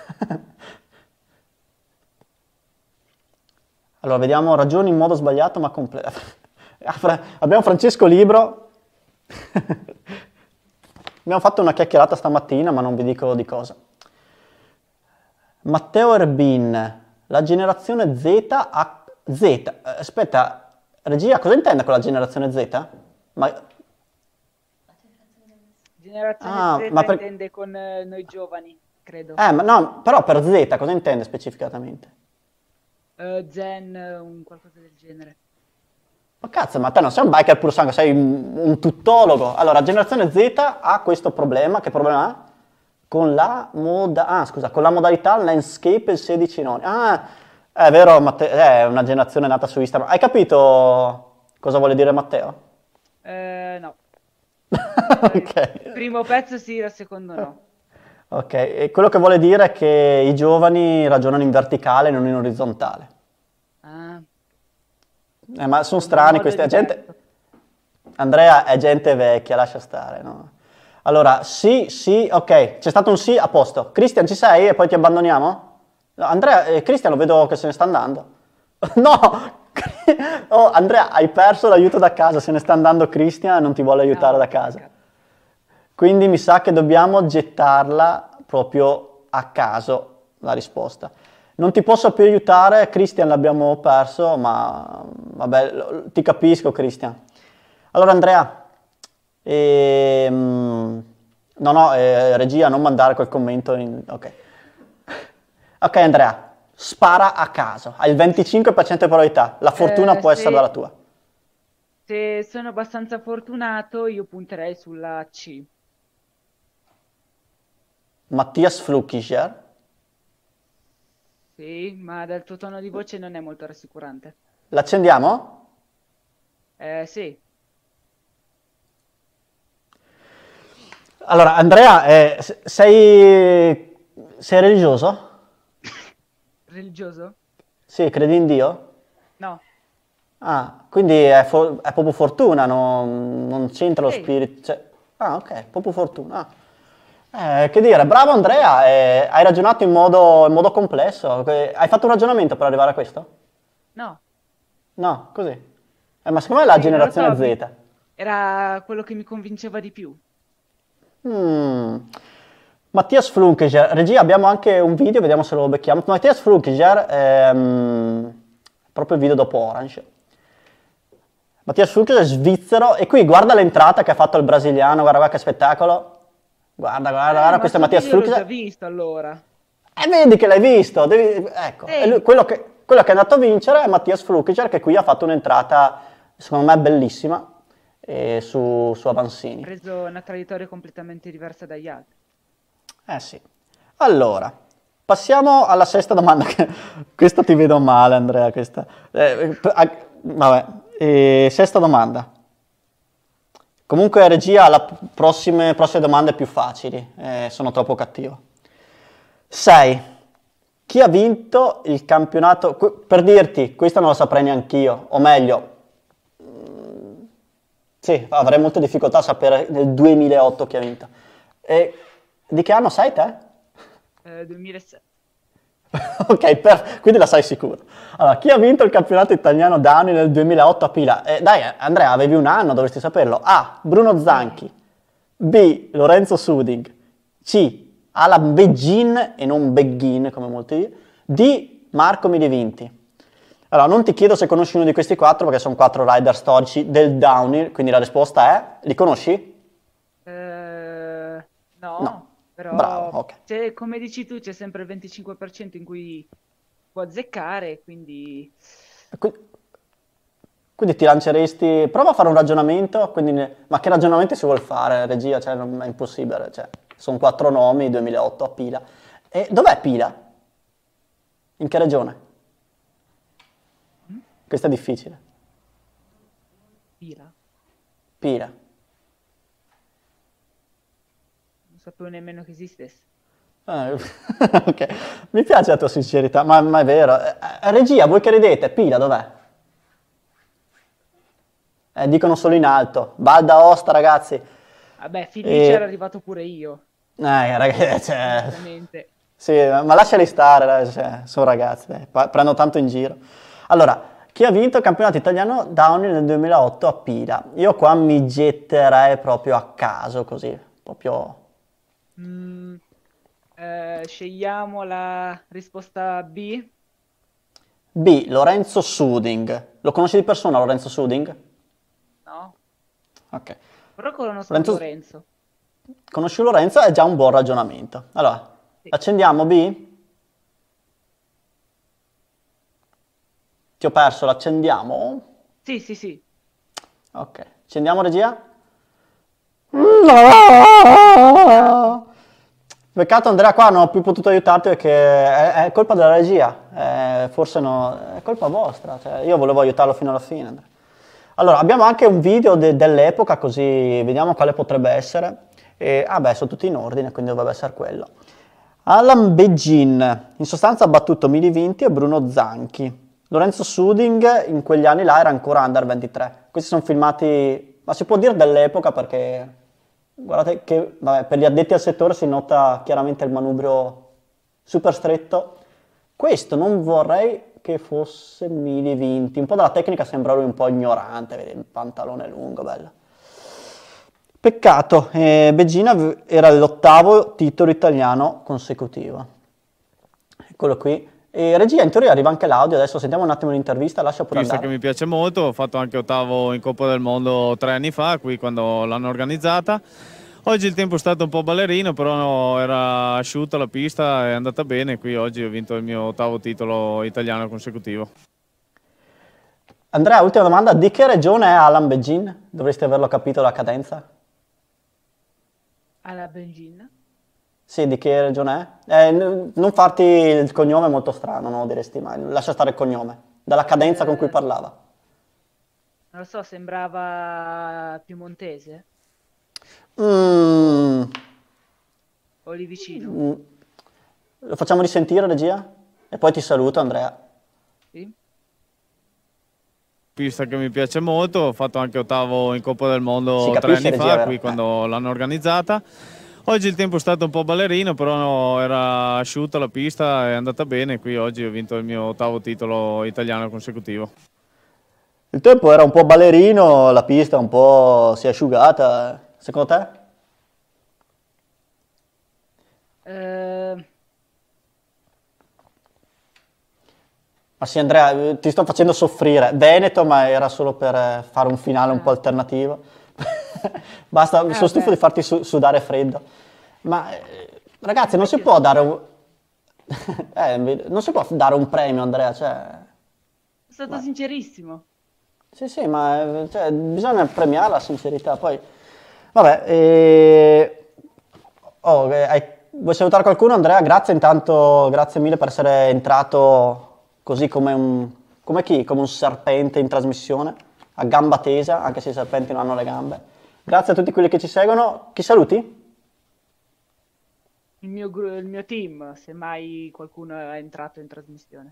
Allora vediamo ragioni in modo sbagliato ma completo. Abbiamo Francesco Libro. Abbiamo fatto una chiacchierata stamattina, ma non vi dico di cosa. Matteo Erbin, la generazione Z ha... Z, eh, aspetta, regia, cosa intende con la generazione Z? Ma... Generazione Ah, Z ma per- intende con eh, noi giovani, credo. Eh, ma no, però per Z cosa intende specificatamente? Eh, Zen, eh, un qualcosa del genere. Ma cazzo, ma te non sei un biker puro sangue, sei un, un tuttologo. Allora, generazione Z ha questo problema, che problema ha? Con la, moda- ah, scusa, con la modalità landscape e il sedici noni. Ah, è vero, Matte- è una generazione nata su Instagram. Hai capito cosa vuole dire Matteo? Eh, no. Ok. Primo pezzo sì, il secondo no. Ok, e quello che vuole dire è che i giovani ragionano in verticale e non in orizzontale. Ah, Eh, ma sono un strani modo questi, è diverso. gente... Andrea è gente vecchia, lascia stare, no? Allora, sì, sì, ok, c'è stato un sì, a posto. Cristian, ci sei e poi ti abbandoniamo? No, Andrea, eh, Cristian lo vedo che se ne sta andando. No! Oh, Andrea, hai perso l'aiuto da casa, se ne sta andando Cristian e non ti vuole aiutare No, da casa. Quindi mi sa che dobbiamo gettarla proprio a caso, la risposta. Non ti posso più aiutare, Cristian l'abbiamo perso, ma vabbè, lo- ti capisco Cristian. Allora Andrea, ehm, no no, eh, regia, non mandare quel commento in... Ok. Ok Andrea, spara a caso, hai il venticinque per cento di probabilità, la fortuna Eh, può essere dalla se, tua. se sono abbastanza fortunato, io punterei sulla C. Mattias Flukiger. Sì, ma dal tuo tono di voce non è molto rassicurante. L'accendiamo? Eh, sì, Allora, Andrea, eh, s- sei, sei religioso? religioso? Sì, credi in Dio? No. Ah, quindi è, fo- è proprio fortuna, non, non c'entra lo Sì, spirito. Cioè- ah, ok, proprio fortuna. Ah. Eh, che dire, bravo Andrea, eh, hai ragionato in modo, in modo complesso. Que- Hai fatto un ragionamento per arrivare a questo? no. No, così. Eh, ma secondo me è la Sì, non lo so, generazione mi- Z. era quello che mi convinceva di più. Mm. Mattias Flunkiger, regia, abbiamo anche un video, vediamo se lo becchiamo. Mattias Flunkiger, ehm, proprio il video dopo Orange. Mattias Flunkiger è svizzero e qui guarda l'entrata che ha fatto il brasiliano, guarda, guarda che spettacolo. Guarda, guarda, Eh, guarda, ma questo è sto Mattias video l'ho già Flunkiger. visto allora. E vedi che l'hai visto, devi- ecco, e lui- Sì, quello che, quello che è andato a vincere è Mattias Flunkiger che qui ha fatto un'entrata, secondo me, bellissima eh, su, su ha Avansini. preso una traiettoria completamente diversa dagli altri. Eh sì. Allora, passiamo alla sesta domanda. che- Questa ti vedo male, Andrea. Questa. Eh, p- a- vabbè, eh, sesta domanda. Comunque, regia, le prossime, prossime domande più facili. eh, sono troppo cattivo. sei. Chi ha vinto il campionato? que- Per dirti, questa non la saprei neanch'io, o meglio, sì, avrei molte difficoltà a sapere nel duemilaotto chi ha vinto. E di che anno sei te? Eh, duemilasette. Ok, per- quindi la sai sicuro. Allora, chi ha vinto il campionato italiano Downey nel duemilaotto a Pila? Eh, dai, Andrea, avevi un anno, dovresti saperlo. A. Bruno Zanchi. B. Lorenzo Suding. C. Alan Beggin e non Beggin, come molti dicono. D. Marco Milivinti. Allora, non ti chiedo se conosci uno di questi quattro, perché sono quattro rider storici del Downey, quindi la risposta è... Li conosci? Eh, No. no, Bravo, però ok. c'è- come dici tu c'è sempre il venticinque per cento in cui può azzeccare, quindi Qui- Quindi ti lanceresti, prova a fare un ragionamento, quindi ne- ma che ragionamento si vuol fare, regia? Cioè, non- è impossibile, cioè, sono quattro nomi, duemilaotto a Pila. E dov'è Pila? In che regione? Questo è difficile. Pila. Pila. Non sapevo nemmeno che esistesse. Ah, ok, mi piace la tua sincerità, ma, ma è vero. Eh, eh, regia, voi che ridete, Pila dov'è? Eh, dicono solo in alto. Val d'Aosta, ragazzi. Vabbè, Felice era E... arrivato pure io, Eh, ragazzi, cioè... onestamente. Sì, ma lasciali stare, dai, cioè, sono ragazzi, dai, pa- prendo tanto in giro. Allora, chi ha vinto il campionato italiano Downhill nel duemilaotto a Pila? Io qua mi getterei proprio a caso, così, proprio... Mm, eh, scegliamo la risposta B. B, Lorenzo Suding. Lo conosci di persona, Lorenzo Suding? No? Ok. Però conosco Lorenzo... Lorenzo. Conosci Lorenzo? È già un buon ragionamento. Allora, Sì. accendiamo B? Ti ho perso, l'accendiamo? Sì, sì, sì. Ok. Accendiamo regia? Peccato. No! Peccato Andrea, qua non ho più potuto aiutarti perché è, è colpa della regia, eh, forse no, è colpa vostra, cioè, io volevo aiutarlo fino alla fine. Andrea. Allora, abbiamo anche un video de- dell'epoca, così vediamo quale potrebbe essere. E, ah beh, sono tutti in ordine, quindi dovrebbe essere quello. Alan Beggin, in sostanza ha battuto Mili Vinti e Bruno Zanchi. Lorenzo Suding in quegli anni là era ancora under ventitré. Questi sono filmati, ma si può dire dell'epoca perché guardate che vabbè, per gli addetti al settore si nota chiaramente il manubrio super stretto. Questo non vorrei che fosse Mili Vinti. Un po' dalla tecnica sembra lui un po' ignorante, vedi, il pantalone lungo, bello. Peccato, eh, Begina v- era l'ottavo titolo italiano consecutivo. Eccolo qui. E regia, in teoria arriva anche l'audio, adesso sentiamo un attimo l'intervista, lascia pure Pista andare. che mi piace molto, ho fatto anche ottavo in Coppa del Mondo tre anni fa, qui quando l'hanno organizzata. Oggi il tempo è stato un po' ballerino, però era asciutta la pista, è andata bene, qui oggi ho vinto il mio ottavo titolo italiano consecutivo. Andrea, ultima domanda, di che regione è Alan Begin? Dovresti averlo capito la cadenza. Alla Bengin. Sì, di che regione è? Eh, n- non farti il cognome molto strano, non lo diresti mai, lascia stare il cognome, dalla cadenza con cui Eh, parlava. non lo so, sembrava piemontese Mm, o lì vicino. mm, lo facciamo risentire, regia? E poi ti saluto, Andrea. Sì? Pista che mi piace molto, ho fatto anche ottavo in Coppa del Si Mondo tre capisce, anni regia, fa, vero? qui Eh. quando l'hanno organizzata. Oggi il tempo è stato un po' ballerino, però era asciutta la pista, è andata bene, qui oggi ho vinto il mio ottavo titolo italiano consecutivo. Il tempo era un po' ballerino, la pista un po' si è asciugata. Secondo te? Eh, Ma sì, Andrea, eh, ti sto facendo soffrire. Veneto, ma era solo per eh, fare un finale un po' ah, alternativo. Basta, eh, sono stufo vabbè, di farti su- sudare freddo. Ma eh, ragazzi, non si infatti io può dare sono un... eh, non si può dare un premio, Andrea, cioè... stato Ma... sincerissimo. Sì, sì, ma eh, cioè, bisogna premiare la sincerità. Poi, vabbè, eh, oh, eh, hai- vuoi salutare qualcuno, Andrea? Grazie intanto, grazie mille per essere entrato così come un, come chi? Come un serpente in trasmissione, a gamba tesa, anche se i serpenti non hanno le gambe. Grazie a tutti quelli che ci seguono. Chi saluti? Il mio, gru- il mio team, se mai qualcuno è entrato in trasmissione.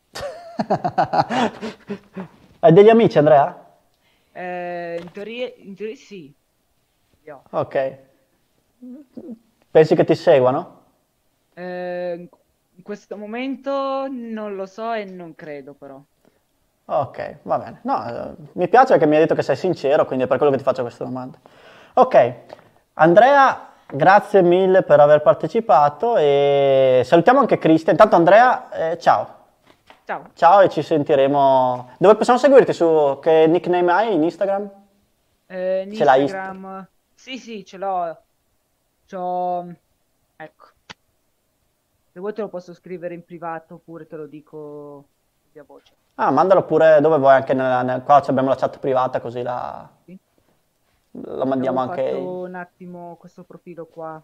Hai degli amici, Andrea? Eh, in teoria, in teoria sì. Io. Ok. Pensi che ti seguano? Eh, in questo momento non lo so e non credo però. Ok, va bene. No, eh, mi piace perché mi hai detto che sei sincero, quindi è per quello che ti faccio questa domanda. Ok, Andrea, grazie mille per aver partecipato e salutiamo anche Cristian. Intanto Andrea, eh, ciao. Ciao. Ciao e ci sentiremo. Dove possiamo seguirti? Su che nickname hai in Instagram? Eh, in Ce l'hai? Instagram. Sì, sì, ce l'ho. C'ho... Ecco. Se vuoi te lo posso scrivere in privato oppure te lo dico via voce. Ah, mandalo pure dove vuoi, anche nella, nel- qua abbiamo la chat privata così la, Sì? la mandiamo Avevo anche. fatto un attimo questo profilo qua.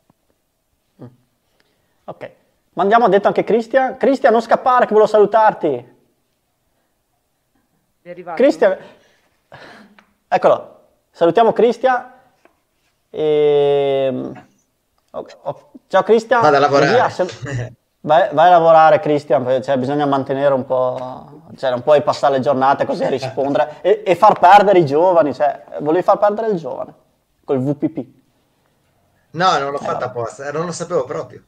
Ok. Mandiamo, ha detto anche Cristian. Cristian, non scappare che volevo salutarti. È arrivato? Cristian, eccolo. Salutiamo Cristian. E... oh, oh, ciao Cristian. Vado a lavorare. Regia, se- Vai, vai a lavorare Cristian, perché, cioè, bisogna mantenere un po', cioè non puoi passare le giornate così a rispondere e, e far perdere i giovani, cioè volevi far perdere il giovane col V P P. No, non l'ho Eh fatta vabbè, apposta, eh, non lo sapevo proprio.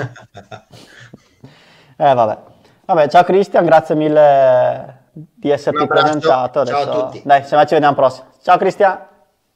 eh, vabbè. Vabbè, ciao Cristian, grazie mille di Un esserti abbraccio, presentato. ciao a Adesso, tutti. dai, se mai ci vediamo prossimo. Ciao Cristian.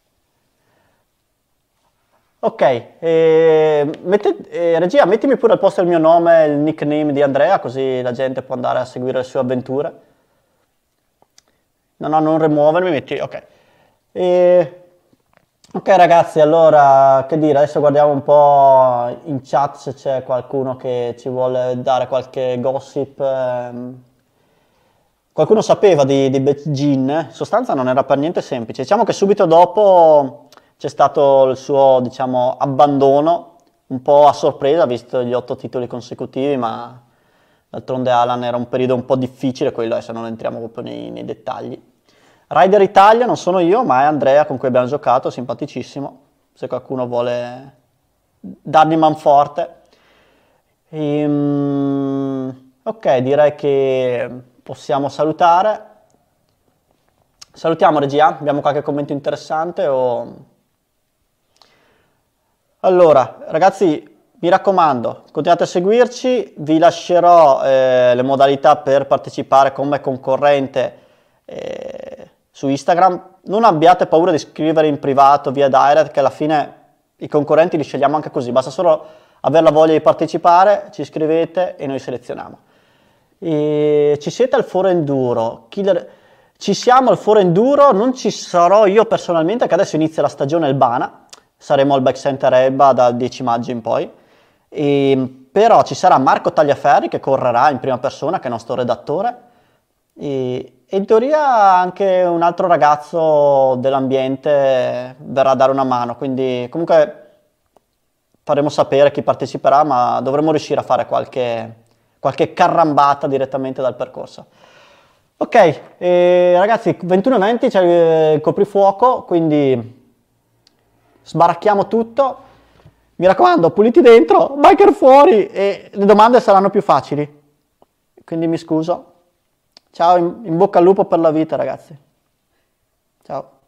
Ok, eh, mette- eh, regia, mettimi pure al posto il mio nome, il nickname di Andrea, così la gente può andare a seguire le sue avventure. No, no, non rimuovermi, metti, ok. E- ok ragazzi, allora, che dire, adesso guardiamo un po' in chat se c'è qualcuno che ci vuole dare qualche gossip. ehm. Qualcuno sapeva di, di Begin, eh? In sostanza non era per niente semplice. Diciamo che subito dopo c'è stato il suo, diciamo, abbandono, un po' a sorpresa, visto gli otto titoli consecutivi, ma d'altronde Alan era un periodo un po' difficile, quello adesso non entriamo proprio nei, nei dettagli. Rider Italia non sono io, ma è Andrea con cui abbiamo giocato, simpaticissimo, se qualcuno vuole dargli manforte. Ehm, ok, direi che possiamo salutare. Salutiamo regia, abbiamo qualche commento interessante o... Allora, ragazzi, mi raccomando, continuate a seguirci, vi lascerò eh, le modalità per partecipare come concorrente eh, su Instagram. Non abbiate paura di scrivere in privato via direct, che alla fine i concorrenti li scegliamo anche così, basta solo avere la voglia di partecipare, ci scrivete e noi selezioniamo. E ci siete al Foro Enduro? Killer... Ci siamo al Foro Enduro, non ci sarò io personalmente, che adesso inizia la stagione Albana, saremo al Bike Center Elba dal dieci maggio in poi. E, però ci sarà Marco Tagliaferri che correrà in prima persona, che è il nostro redattore, e, e in teoria anche un altro ragazzo dell'ambiente verrà a dare una mano, quindi comunque faremo sapere chi parteciperà, ma dovremo riuscire a fare qualche, qualche carrambata direttamente dal percorso. Ok, eh, ragazzi, ventuno e venti c'è il coprifuoco, quindi sbaracchiamo tutto. Mi raccomando, puliti dentro, biker fuori e le domande saranno più facili. Quindi mi scuso. Ciao, in, in bocca al lupo per la vita, ragazzi. Ciao.